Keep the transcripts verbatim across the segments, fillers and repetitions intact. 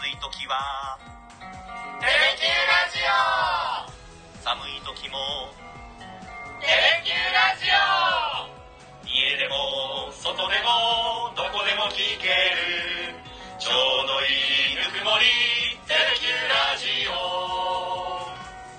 い時はテレキューラジオ、 寒い時もテレキューラジオ、 家でも外でもどこでも聞けるちょうどいいぬくもりテレキューラジオ。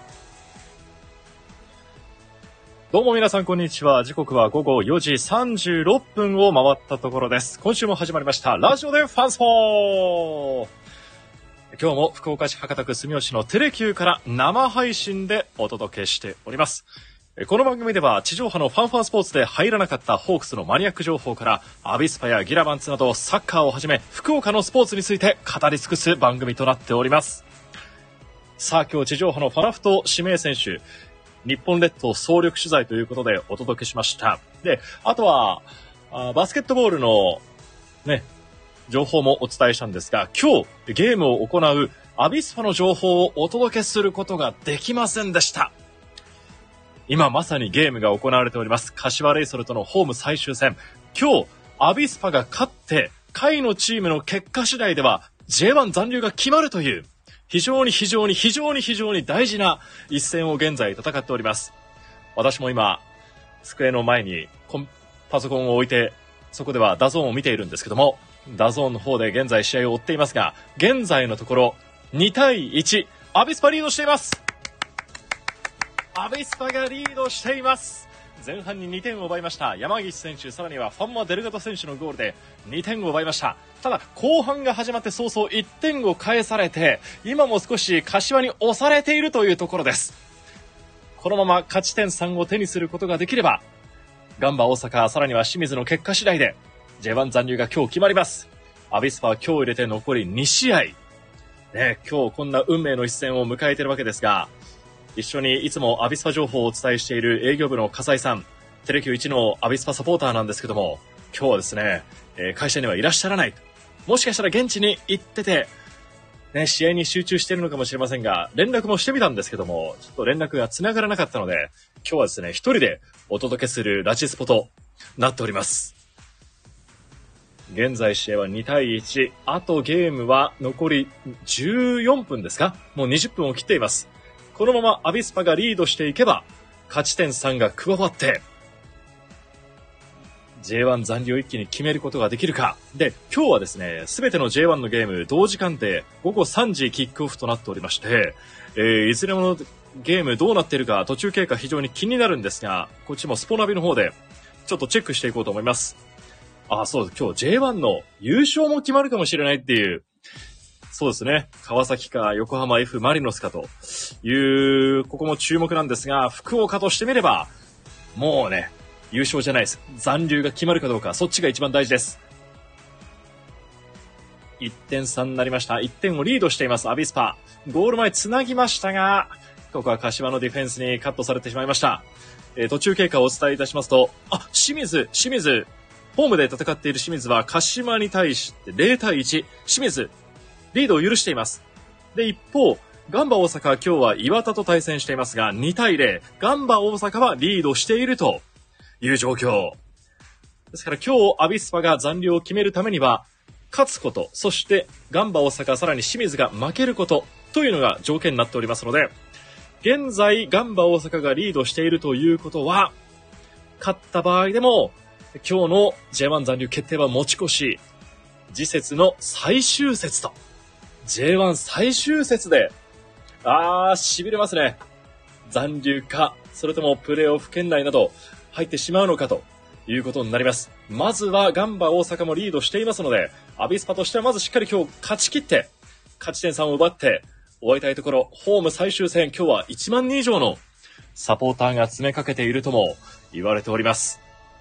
どうも皆さんこんにちは。時刻はごごよじさんじゅうろっぷんを回ったところです。今週も始まりましたラジオでファンスポー。今日も福岡市博多区住吉のテレキューから生配信でお届けしております。この番組では地上波のファンファンスポーツで入らなかったホークスのマニアック情報からアビスパやギラバンツなどサッカーをはじめ福岡のスポーツについて語り尽くす番組となっております。さあ今日地上波のファラフト指名選手日本列島総力取材ということでお届けしました。で、あとはあバスケットボールのね情報もお伝えしたんですが、今日ゲームを行うアビスパの情報をお届けすることができませんでした。今まさにゲームが行われております柏レイソルとのホーム最終戦。今日アビスパが勝って下位のチームの結果次第では ジェイワン 残留が決まるという非常に非常に非常に非常に大事な一戦を現在戦っております。私も今机の前にパソコンを置いてそこではダゾーンを見ているんですけども、ダゾーンの方で現在試合を追っていますが、現在のところにたいいちアビスパリードしています。アビスパがリードしています。前半ににてんを奪いました山岸選手、さらにはファンマ・デルガド選手のゴールでにてんを奪いました。ただ後半が始まって早々いってんを返されて今も少し柏に押されているというところです。このまま勝ち点さんを手にすることができればガンバ大阪、さらには清水の結果次第で ジェイワン 残留が今日決まります。アビスパは今日入れて残りに試合、ね、今日こんな運命の一戦を迎えているわけですが、一緒にいつもアビスパ情報をお伝えしている営業部の笠井さん、テレキューいちのアビスパサポーターなんですけども、今日はですね、えー、会社にはいらっしゃらない。もしかしたら現地に行ってて、ね、試合に集中しているのかもしれませんが、連絡もしてみたんですけども、ちょっと連絡が繋がらなかったので、今日はですね、一人でお届けするラジスポとなっております。現在試合はにたいいち、あとゲームは残りじゅうよんぷんですか？もうにじゅっぷんを切っています。このままアビスパがリードしていけば勝ち点さんが加わって ジェイワン 残留を一気に決めることができるか。で、今日はですね、すべての ジェイワン のゲーム同時間でごごさんじキックオフとなっておりまして、えー、いずれものゲームどうなっているか途中経過非常に気になるんですが、こっちもスポナビの方でちょっとチェックしていこうと思います。あ、そうです。今日 ジェイワン の優勝も決まるかもしれないっていう、そうですね。川崎か横浜 F マリノスかという、ここも注目なんですが、福岡としてみれば、もうね、優勝じゃないです。残留が決まるかどうか、そっちが一番大事です。いってん差になりました。いってんをリードしています、アビスパ。ゴール前つなぎましたが、ここは柏のディフェンスにカットされてしまいました。えー、途中経過をお伝えいたしますと、あ、清水、清水、ホームで戦っている清水は柏に対してゼロたいいち、清水、リードを許しています。で、一方、ガンバ大阪は今日は岩田と対戦していますが、にたいゼロ、ガンバ大阪はリードしているという状況。ですから今日アビスパが残留を決めるためには、勝つこと、そしてガンバ大阪、さらに清水が負けることというのが条件になっておりますので、現在ガンバ大阪がリードしているということは、勝った場合でも、今日の ジェイワン 残留決定は持ち越し、次節の最終節と、ジェイワン 最終節で、あー、痺れますね。残留か、それともプレーオフ圏内など入ってしまうのかということになります。まずはガンバ大阪もリードしていますので、アビスパとしてはまずしっかり今日勝ち切って、勝ち点さんを奪って終わりたいところ、ホーム最終戦、今日はいちまんにん以上のサポーターが詰めかけているとも言われております。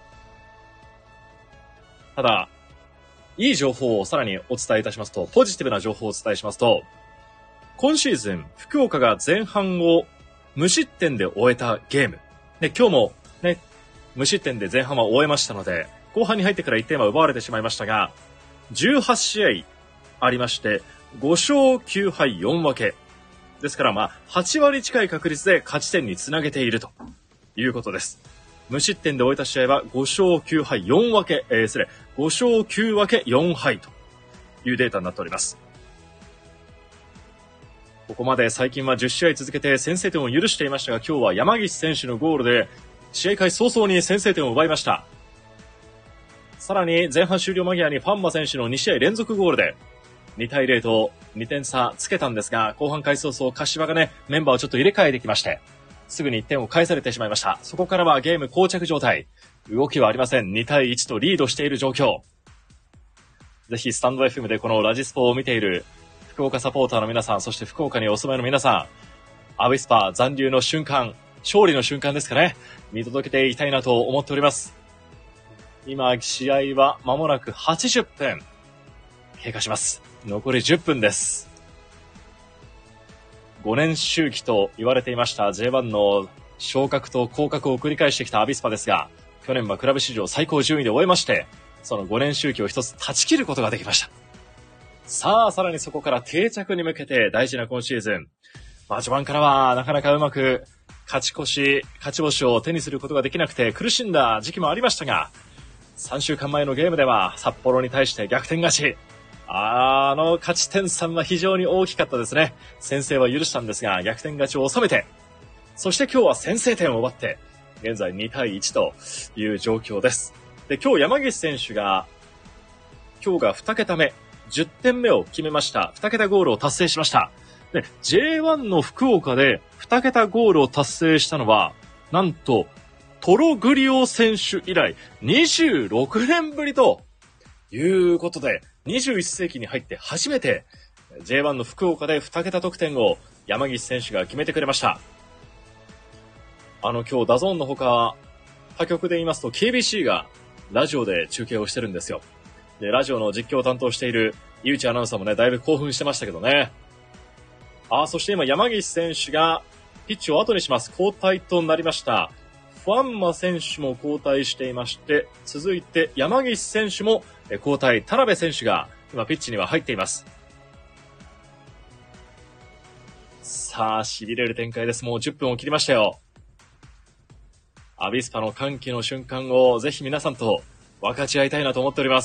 ただ、いい情報をさらにお伝えいたしますと、ポジティブな情報をお伝えしますと、今シーズン、福岡が前半を無失点で終えたゲーム。で、今日もね、無失点で前半は終えましたので、後半に入ってからいってんは奪われてしまいましたが、じゅうはちしあいありまして、ごしょうきゅうはいよんわけ。ですからまあ、はちわり近い確率で勝ち点につなげているということです。無失点で終えた試合はごしょうきゅうはいよんわけ、えー、失礼、ごしょうきゅうわけよんはいというデータになっております。 ここまで最近はじゅっしあい続けて先制点を許していましたが、今日は山岸選手のゴールで試合開始早々に先制点を奪いました。さらに前半終了間際にファンマ選手のにしあい連続ゴールでにたいゼロとにてん差つけたんですが、後半開始早々柏がね、メンバーをちょっと入れ替えてきまして、すぐにいってんを返されてしまいました。そこからはゲーム膠着状態。動きはありません。にたいいちとリードしている状況。ぜひスタンド エフエム でこのラジスポを見ている福岡サポーターの皆さん、そして福岡にお住まいの皆さん、アビスパ残留の瞬間、勝利の瞬間ですかね、見届けていたいなと思っております。今、試合は間もなくはちじゅっぷん経過します。残りじゅっぷんです。ごねん周期と言われていました ジェイワン の昇格と降格を繰り返してきたアビスパですが、去年はクラブ史上最高順位で終えまして、そのごねん周期を一つ断ち切ることができました。さあ、さらにそこから定着に向けて大事な今シーズン。まあ、序盤からはなかなかうまく勝ち越し、勝ち星を手にすることができなくて苦しんだ時期もありましたが、さんしゅうかんまえのゲームでは札幌に対して逆転勝ち。あの勝ち点さんは非常に大きかったですね。先制は許したんですが、逆転勝ちを収めて、そして今日は先制点を奪って、現在にたいいちという状況です。で、今日山岸選手が、今日がにけため、じゅってんめを決めました。にけたゴールを達成しました。で、ジェイワン の福岡でにけたゴールを達成したのは、なんと、トログリオ選手以来にじゅうろくねんぶりということで、にじゅういっせいきに入って初めて ジェイワン の福岡でにけた得点を山岸選手が決めてくれました。あの今日ダゾーンのほか他局で言いますと ケービーシー がラジオで中継をしてるんですよ。で、ラジオの実況を担当している井内アナウンサーもね、だいぶ興奮してましたけどね。あ、そして今山岸選手がピッチを後にします。交代となりました。ファンマ選手も交代していまして、続いて山岸選手も交代、田辺選手が今ピッチには入っています。さあ、痺れる展開です。もうじゅっぷんを切りましたよ。アビスパの歓喜の瞬間をぜひ皆さんと分かち合いたいなと思っております。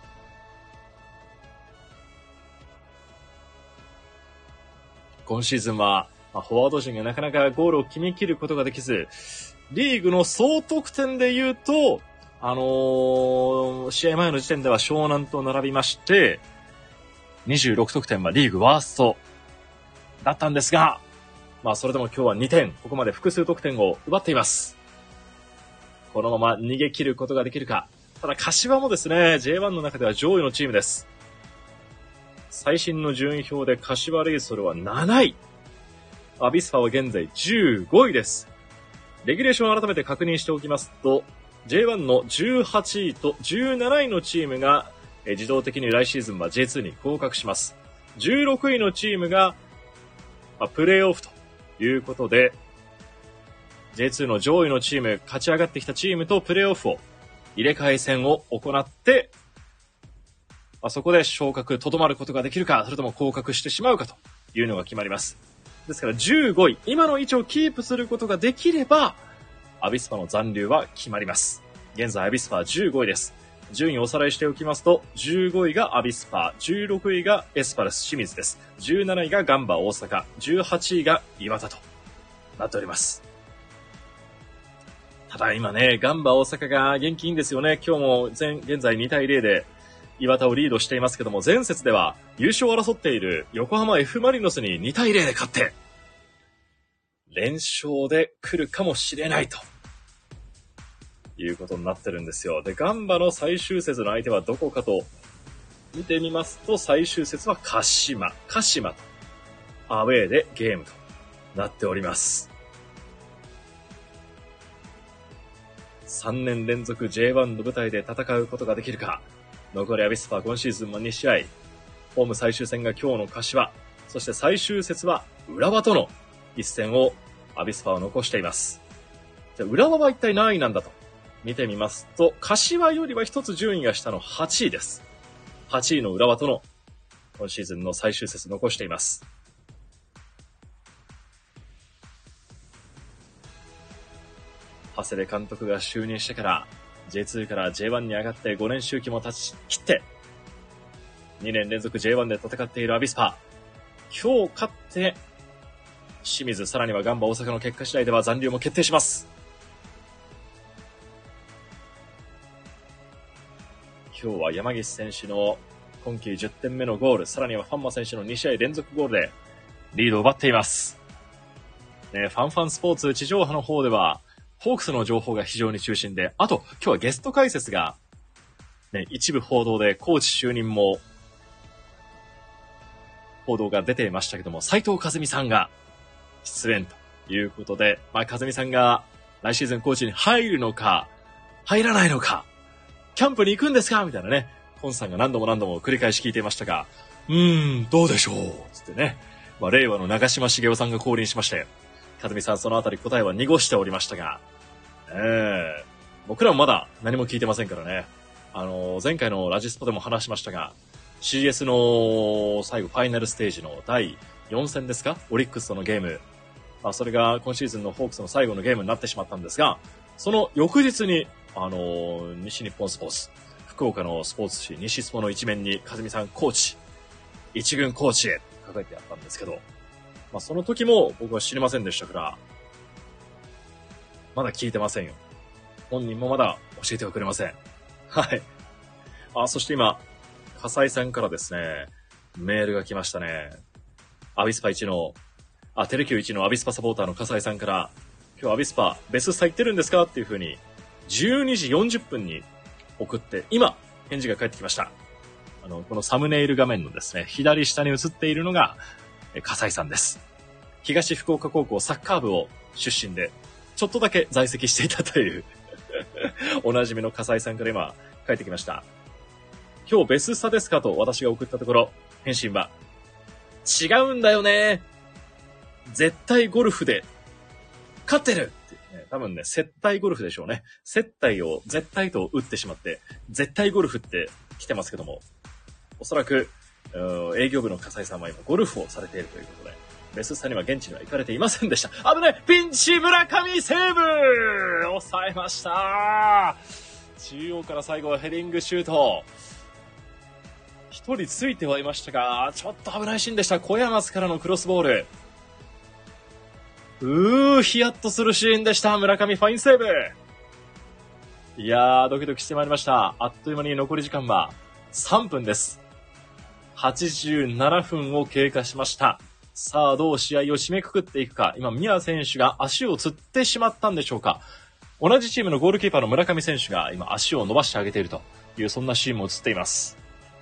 今シーズンはフォワード陣がなかなかゴールを決めきることができず、リーグの総得点で言うと、あのー、試合前の時点では湘南と並びまして、にじゅうろくとくてんはリーグワーストだったんですが、まあそれでも今日はにてん、ここまで複数得点を奪っています。このまま逃げ切ることができるか。ただ柏もですね、ジェイワン の中では上位のチームです。最新の順位表で柏レイソルはなない。アビスパは現在じゅうごいです。レギュレーションを改めて確認しておきますと、ジェイワン のじゅうはちいとじゅうなないのチームが自動的に来シーズンは ジェイツー に降格します。じゅうろくいのチームがプレーオフということで、ジェイツー の上位のチーム、勝ち上がってきたチームとプレーオフを入れ替え戦を行って、そこで昇格とどまることができるか、それとも降格してしまうかというのが決まります。ですからじゅうごい、今の位置をキープすることができれば、アビスパの残留は決まります。現在アビスパはじゅうごいです。順位をおさらいしておきますと、じゅうごいがアビスパ、じゅうろくいがエスパルス清水です。じゅうなないがガンバ大阪、じゅうはちいが岩田となっております。ただ今ね、ガンバ大阪が元気いいんですよね。今日も前現在にたいゼロで岩田をリードしていますけども、前節では優勝を争っている横浜 F マリノスににたいゼロで勝って、連勝で来るかもしれないということになってるんですよ。で、ガンバの最終節の相手はどこかと見てみますと、最終節は鹿島、鹿島とアウェーでゲームとなっております。さんねん連続 ジェイワン の舞台で戦うことができるか。残りアビスパ今シーズンもにしあい。ホーム最終戦が今日の柏。そして最終節は浦和との一戦をアビスパは残しています。じゃあ浦和は一体何位なんだと見てみますと、柏よりは一つ順位が下のはちいです。はちいの浦和との今シーズンの最終節残しています。長谷部監督が就任してから ジェイツー から ジェイワン に上がってごねん周期も経ち切ってにねん連続 ジェイワン で戦っているアビスパ。 今日勝って、清水、さらにはガンバ大阪の結果次第では残留も決定します。今日は山岸選手の今季じゅってんめのゴール、さらにはファンマ選手のに試合連続ゴールでリードを奪っています。ね、ファンファンスポーツ地上波の方では、ホークスの情報が非常に中心で、あと今日はゲスト解説が、ね、一部報道でコーチ就任も報道が出ていましたけども、斉藤和美さんが出演ということで、まあ、和美さんが来シーズンコーチに入るのか、入らないのか、キャンプに行くんですかみたいなね、コンさんが何度も何度も繰り返し聞いていましたが、うーん、どうでしょうつってね、まあ、令和の長嶋茂雄さんが降臨しまして、和美さんそのあたり答えは濁しておりましたが、えー、僕らもまだ何も聞いてませんからね。あのー、前回のラジスポでも話しましたが、シーエス の最後ファイナルステージのだいよん戦ですか、オリックスとのゲーム、まあ、それが今シーズンのホークスの最後のゲームになってしまったんですが、その翌日にあのー、西日本スポーツ、福岡のスポーツ紙西スポの一面に和美さんコーチ、一軍コーチへ書いてあったんですけど、まあ、その時も僕は知りませんでしたから、まだ聞いてませんよ。本人もまだ教えてはくれません。はい。あ、そして今笠井さんからですね、メールが来ましたね。アビスパいちの、あ、テレキューいちのアビスパサポーターの笠井さんから、今日アビスパベススタ行ってるんですかっていう風に、じゅうにじよんじゅっぷんに送って、今、返事が返ってきました。あの、このサムネイル画面のですね、左下に映っているのが、笠井さんです。東福岡高校サッカー部を出身で、ちょっとだけ在籍していたという、おなじみの笠井さんから今、返ってきました。今日ベススタですかと私が送ったところ、返信は、違うんだよね。絶対ゴルフで、勝ってるって、ね、多分ね、接待ゴルフでしょうね。接待を絶対と打ってしまって、絶対ゴルフって来てますけども、おそらく、営業部の笠井さんは今ゴルフをされているということで、ベススタには現地には行かれていませんでした。危ない、ピンチ村上セーブ抑えました。中央から最後はヘディングシュート。一人ついてはいましたが、ちょっと危ないシーンでした。小山からのクロスボール。うー、ヒヤッとするシーンでした。村上ファインセーブ。いやー、ドキドキしてまいりました。あっという間に残り時間はさんぷんです。はちじゅうななふんを経過しました。さあ、どう試合を締めくくっていくか。今、宮選手が足をつってしまったんでしょうか。同じチームのゴールキーパーの村上選手が今足を伸ばしてあげているという、そんなシーンも映っています。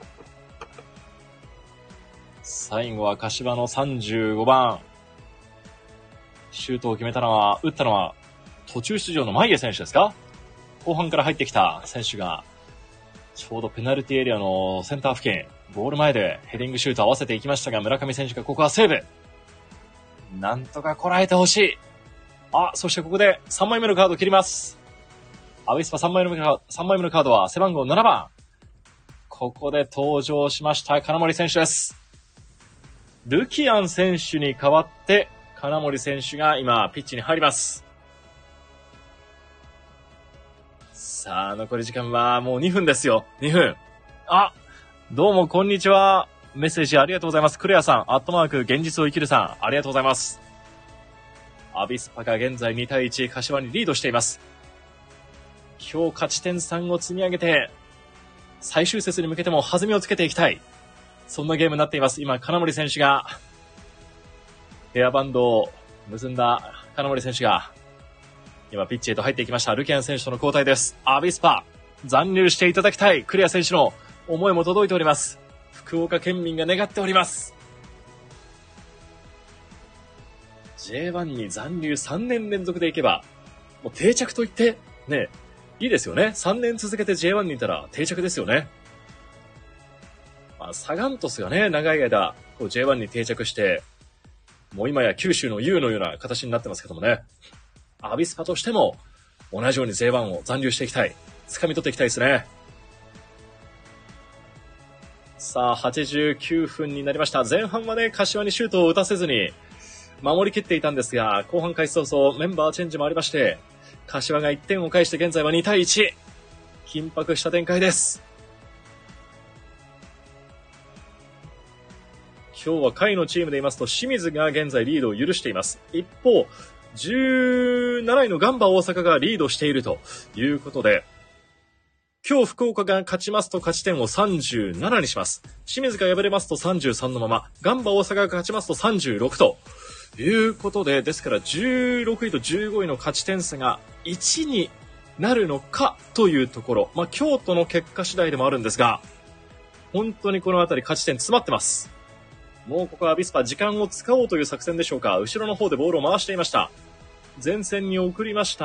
最後は柏のさんじゅうごばん。シュートを決めたのは、打ったのは、途中出場の前江選手ですか？後半から入ってきた選手が、ちょうどペナルティエリアのセンター付近、ゴール前でヘディングシュート合わせていきましたが、村上選手がここはセーブ。なんとかこらえてほしい。あ、そしてここでさんまいめのカードを切ります。アビスパさんまいめのさんまいめのカードは背番号ななばん。ここで登場しました金森選手です。ルキアン選手に代わって金森選手が今ピッチに入ります。さあ、残り時間はもうにふんですよ。にふん。あ、どうもこんにちは。メッセージありがとうございます。クレアさん、アットマーク現実を生きるさん、ありがとうございます。アビスパが現在にたいいち、柏にリードしています。今日勝ち点さんを積み上げて、最終節に向けても弾みをつけていきたい。そんなゲームになっています。今、金森選手が、ヘアバンドを結んだ金森選手が、今ピッチへと入っていきました。ルキアン選手との交代です。アビスパ、残留していただきたい。クレア選手の思いも届いております。福岡県民が願っております。ジェイワン に残留さんねん連続でいけば、もう定着と言って、ね、いいですよね。さんねん続けて ジェイワン にいたら定着ですよね。まあ、サガン鳥栖がね、長い間、こう ジェイワン に定着して、もう今や九州の ユー のような形になってますけどもね。アビスパとしても、同じように ジェイワン を残留していきたい。掴み取っていきたいですね。さあ、はちじゅうきゅうふんになりました。前半はね、柏にシュートを打たせずに、守り切っていたんですが、後半開始早々メンバーチェンジもありまして、柏がいってんを返して現在はにたいいち。緊迫した展開です。 今日は下位のチームで言いますと清水が現在リードを許しています。一方、じゅうなないのガンバ大阪がリードしているということで、今日福岡が勝ちますと勝ち点をさんじゅうななにします。清水が敗れますとさんじゅうさんのまま、ガンバ大阪が勝ちますとさんじゅうろくということで、ですからじゅうろくいとじゅうごいの勝ち点差がいちになるのかというところ、まあ京都の結果次第でもあるんですが、本当にこのあたり勝ち点詰まってます。もうここはアビスパ時間を使おうという作戦でしょうか。後ろの方でボールを回していました。前線に送りました。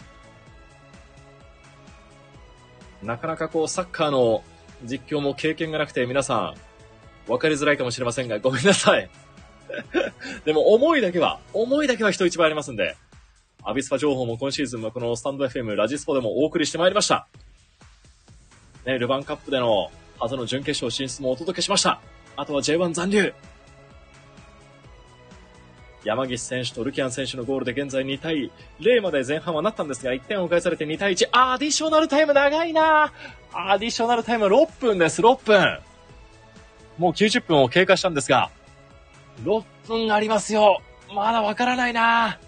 なかなかこうサッカーの実況も経験がなくて皆さん分かりづらいかもしれませんがごめんなさい。でも思いだけは、思いだけは人一倍ありますんで、アビスパ情報も今シーズンはこのスタンド エフエム ラジスポでもお送りしてまいりました。ね、ルヴァンカップでの初の準決勝進出もお届けしました。あとは ジェイワン 残留。山岸選手とルキアン選手のゴールで現在にたいゼロまで前半はなったんですが、いってんを返されてにたいいち。アディショナルタイム長いな。アディショナルタイムはろっぷんです。ろっぷん。もうきゅうじゅっぷんを経過したんですが、ろっぷんありますよ。まだわからないな。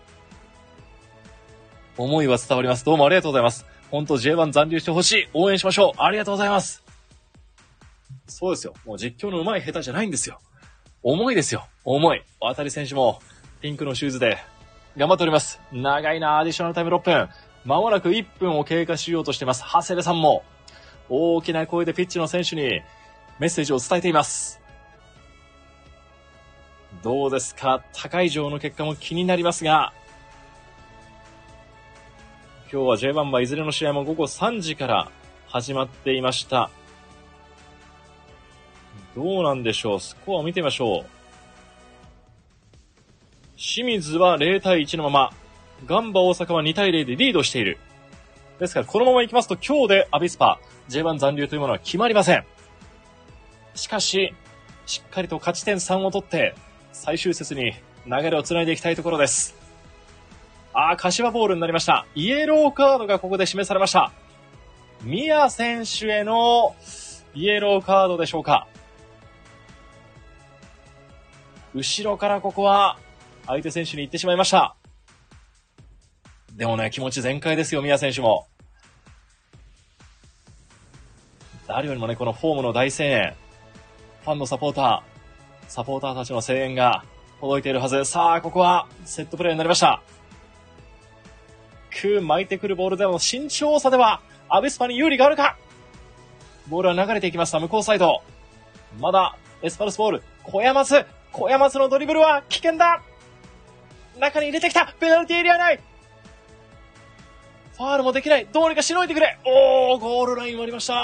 思いは伝わります。どうもありがとうございます。本当 ジェイワン 残留してほしい。応援しましょう。ありがとうございます。そうですよ。もう実況の上手い下手じゃないんですよ。重いですよ。重い。渡り選手もピンクのシューズで頑張っております。長いな。アディショナルタイムろっぷん。まもなくいっぷんを経過しようとしています。長谷部さんも大きな声でピッチの選手にメッセージを伝えています。どうですか。高い上の結果も気になりますが、今日は ジェイワン はいずれの試合もごごさんじから始まっていました。どうなんでしょう。スコアを見てみましょう。清水はゼロたいいちのまま、ガンバ大阪はにたいゼロでリードしている。ですからこのまま行きますと今日でアビスパ ジェイワン 残留というものは決まりません。しかししっかりと勝ち点さんを取って最終節に流れをつないでいきたいところです。あー、柏ボールになりました。イエローカードがここで示されました。宮選手へのイエローカードでしょうか。後ろからここは相手選手に行ってしまいました。でもね、気持ち全開ですよ、宮選手も。誰よりもね、このフォームの大声援、ファンのサポーター、サポーターたちの声援が届いているはず。さあ、ここはセットプレーになりました。く巻いてくるボールでも身長差ではアビスパに有利があるか。ボールは流れていきました、向こうサイド。まだエスパルスボール、小山津、小山津のドリブルは危険だ。中に入れてきた。ペナルティーエリア内。ファールもできない。どうにかしのいでくれ。おー、ゴールライン割りました。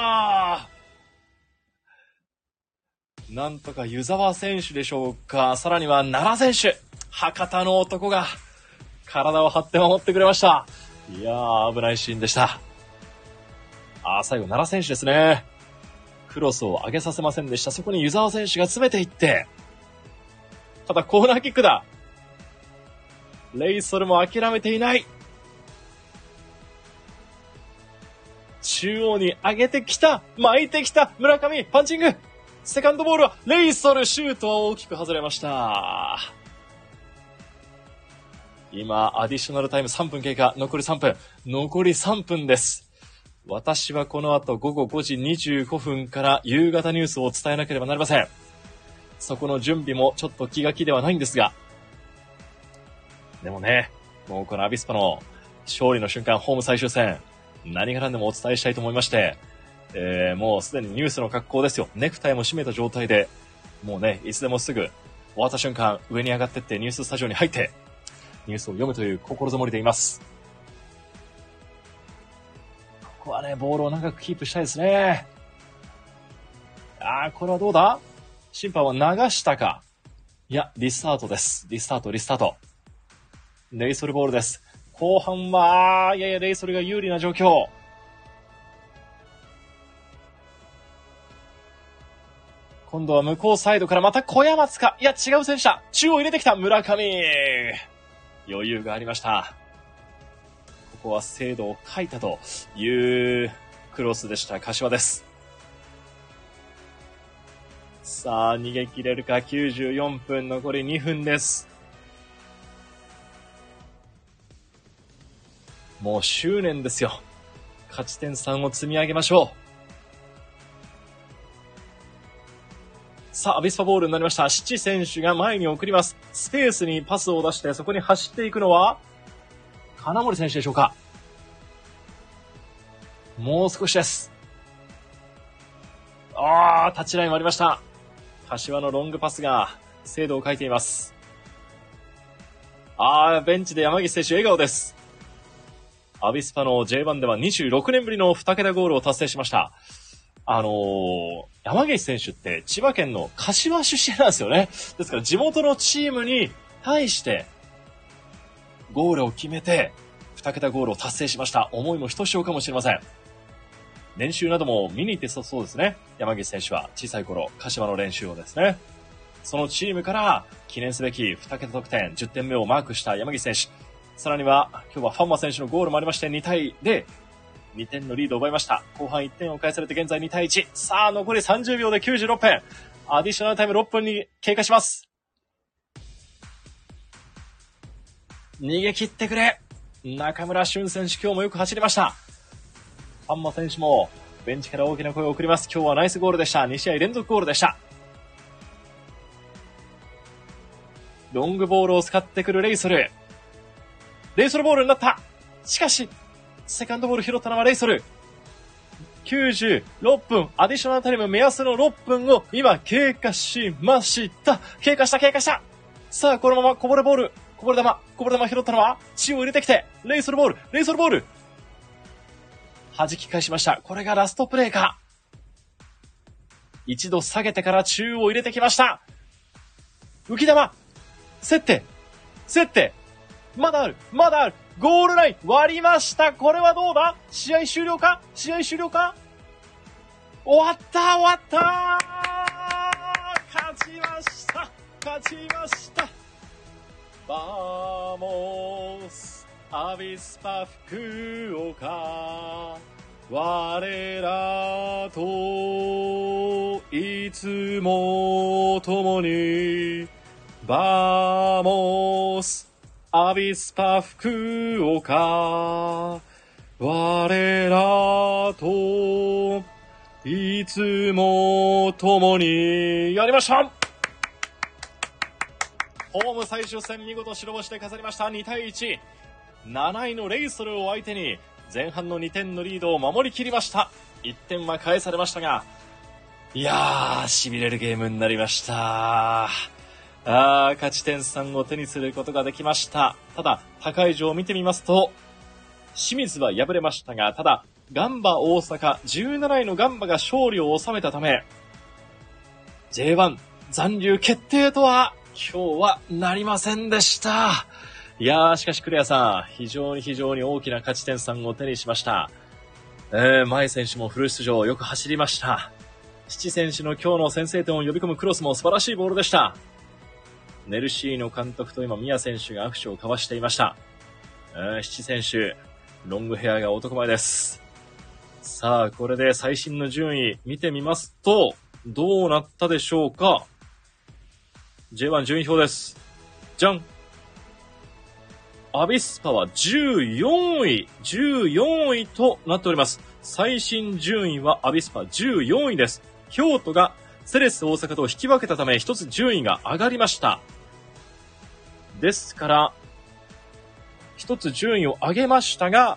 なんとか湯沢選手でしょうか。さらには奈良選手。博多の男が体を張って守ってくれました。いやー、危ないシーンでした。あー、最後奈良選手ですね。クロスを上げさせませんでした。そこに湯沢選手が詰めていって、ただコーナーキックだ。レイソルも諦めていない。中央に上げてきた。巻いてきた。村上、パンチング。セカンドボールはレイソル、シュートは大きく外れました。今、アディショナルタイムさんぷん経過。残りさんぷん。残りさんぷんです。私はこの後ごごごじにじゅうごふんから夕方ニュースを伝えなければなりません。そこの準備もちょっと気が気ではないんですが。でもね、もうこのアビスパの勝利の瞬間、ホーム最終戦、何が何でもお伝えしたいと思いまして、えー、もうすでにニュースの格好ですよ。ネクタイも締めた状態で、もうね、いつでもすぐ終わった瞬間、上に上がってってニューススタジオに入って、ニュースを読むという心づもりでいます。ここはね、ボールを長くキープしたいですね。あー、これはどうだ？審判は流したか？いや、リスタートです。リスタート、リスタート。レイソルボールです。後半は、ややレイソルが有利な状況。今度は向こうサイドからまた小山津か。いや、違う選手だ。中央入れてきた村上。余裕がありました。ここは精度を欠いたというクロスでした。柏です。 さあ、逃げ切れるか。きゅうじゅうよんぷん、残りにふんです。もう執念ですよ。勝ち点さんを積み上げましょう。さあ、アビスパボールになりました。シチ選手が前に送ります。スペースにパスを出して、そこに走っていくのは、金森選手でしょうか。もう少しです。あー、タッチライン割りました。柏のロングパスが精度を欠いています。あー、ベンチで山岸選手笑顔です。アビスパの ジェイワン ではにじゅうろくねんぶりのに桁ゴールを達成しました。あのー、山岸選手って千葉県の柏出身なんですよね。ですから地元のチームに対してゴールを決めてに桁ゴールを達成しました。思いもひとしおかもしれません。練習なども見に行ってそうですね。山岸選手は小さい頃、柏の練習をですね。そのチームから記念すべきに桁得点じゅってんめをマークした山岸選手。さらには今日はファンマ選手のゴールもありましてにたいゼロ、にてんのリードを奪いました。後半いってんを返されて現在にたいいち。さあ残りさんじゅうびょうできゅうじゅうろっぷん。アディショナルタイムろっぷんに経過します。逃げ切ってくれ。中村俊選手今日もよく走りました。ファンマ選手もベンチから大きな声を送ります。今日はナイスゴールでした。に試合連続ゴールでした。ロングボールを使ってくるレイソル。レイソルボールになった。しかし、セカンドボール拾ったのはレイソル。きゅうじゅうろっぷん、アディショナルタイム目安のろっぷんを今経過しました。経過した経過した。さあ、このままこぼれボール、こぼれ球、こぼれ球拾ったのは中を入れてきて、レイソルボール、レイソルボール。弾き返しました。これがラストプレーか。一度下げてから中を入れてきました。浮き球、競って、競って、まだある、まだある。ゴールライン割りました。これはどうだ？試合終了か？試合終了か？終わった終わった勝ちました勝ちましたバーモスアビスパ福岡我らといつも共にバーモスアビスパ福岡我らといつも共にやりました。ホーム最終戦見事白星で飾りました。にたいいち、なないのレイソルを相手に前半のにてんのリードを守り切りました。いってんは返されましたが、いやー痺れるゲームになりました。あー、勝ち点さんを手にすることができました。ただ、他会場を見てみますと、清水は敗れましたが、ただ、ガンバ大阪、じゅうなないのガンバが勝利を収めたため、ジェイワン 残留決定とは、今日はなりませんでした。いやー、しかしクレアさん、非常に非常に大きな勝ち点さんを手にしました。えー、前選手もフル出場、よく走りました。七選手の今日の先制点を呼び込むクロスも素晴らしいボールでした。ネルシーノ監督と今宮選手が握手を交わしていました。えー、七選手ロングヘアが男前です。さあこれで最新の順位見てみますとどうなったでしょうか。 ジェイワン 順位表です。じゃん。アビスパはじゅうよんいじゅうよんいとなっております。最新順位はアビスパじゅうよんいです。京都がセレッソ大阪と引き分けたため一つ順位が上がりました。ですから一つ順位を上げましたが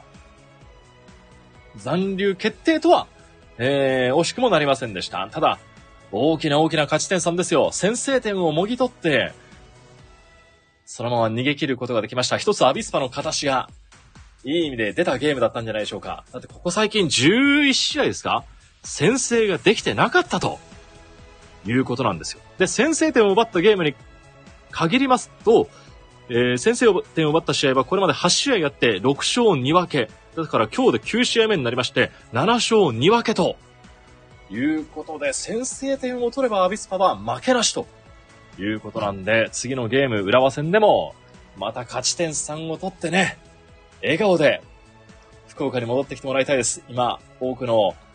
残留決定とは、えー、惜しくもなりませんでした。ただ大きな大きな勝ち点さんですよ。先制点をもぎ取ってそのまま逃げ切ることができました。一つアビスパの形がいい意味で出たゲームだったんじゃないでしょうか。だってここ最近じゅういち試合ですか、先制ができてなかったということなんですよ。で、先制点を奪ったゲームに限りますと、えー、先制点を奪った試合はこれまではち試合やってろくしょうにわけ。だから今日できゅう試合目になりましてななしょうにわけということで、先制点を取ればアビスパは負けなしということなんで、次のゲーム浦和戦でもまた勝ち点さんを取ってね、笑顔で福岡に戻ってきてもらいたいです。今多くの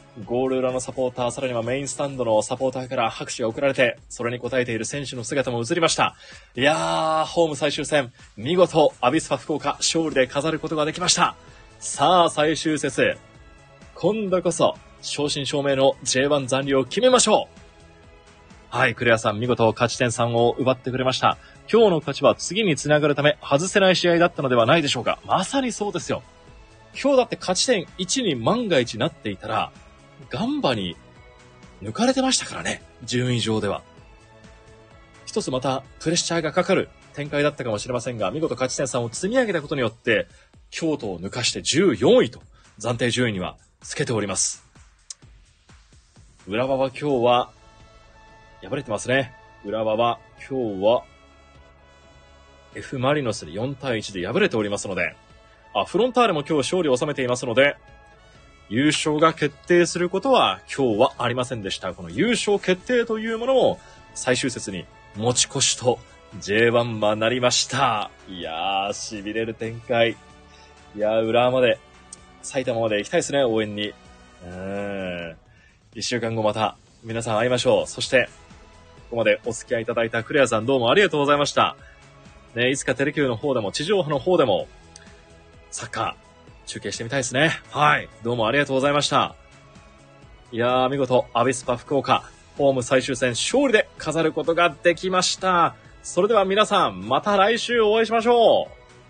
ゴール裏のサポーター、さらにはメインスタンドのサポーターから拍手が送られて、それに応えている選手の姿も映りました。いやー、ホーム最終戦、見事、アビスパ福岡、勝利で飾ることができました。さあ、最終節。今度こそ、正真正銘の ジェイワン 残留を決めましょう。はい、クレアさん、見事勝ち点さんを奪ってくれました。今日の勝ちは次につながるため、外せない試合だったのではないでしょうか。まさにそうですよ。今日だって勝ち点いちに万が一なっていたら、ガンバに抜かれてましたからね、順位上では。一つまたプレッシャーがかかる展開だったかもしれませんが、見事勝ち点さんを積み上げたことによって、京都を抜かしてじゅうよんいと暫定順位にはつけております。浦和は今日は敗れてますね。浦和は今日は F マリノスでよんたいいちで敗れておりますので、あ、フロンターレも今日勝利を収めていますので、優勝が決定することは今日はありませんでした。この優勝決定というものも最終節に持ち越しと ジェイワン はなりました。いやー、痺れる展開。いやー、浦和まで、埼玉まで行きたいですね、応援に。うーん。一週間後また皆さん会いましょう。そして、ここまでお付き合いいただいたクレアさんどうもありがとうございました。ね、いつかテレキューの方でも、地上波の方でも、サッカー、中継してみたいですね。はい。どうもありがとうございました。いやー、見事、アビスパ福岡、ホーム最終戦勝利で飾ることができました。それでは皆さん、また来週お会いしましょう。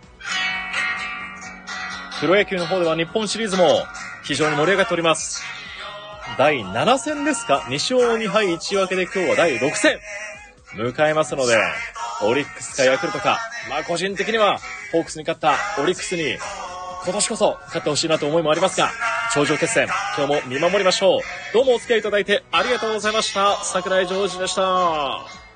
プロ野球の方では日本シリーズも非常に盛り上がっております。だいなな戦ですか ?に 勝に敗いち分けで今日はだいろく戦迎えますので、オリックスかヤクルトか、まあ個人的にはホークスに勝ったオリックスに今年こそ勝ってほしいなと思いもありますが、頂上決戦今日も見守りましょう。どうもお付き合いいただいてありがとうございました。桜井ジョージでした。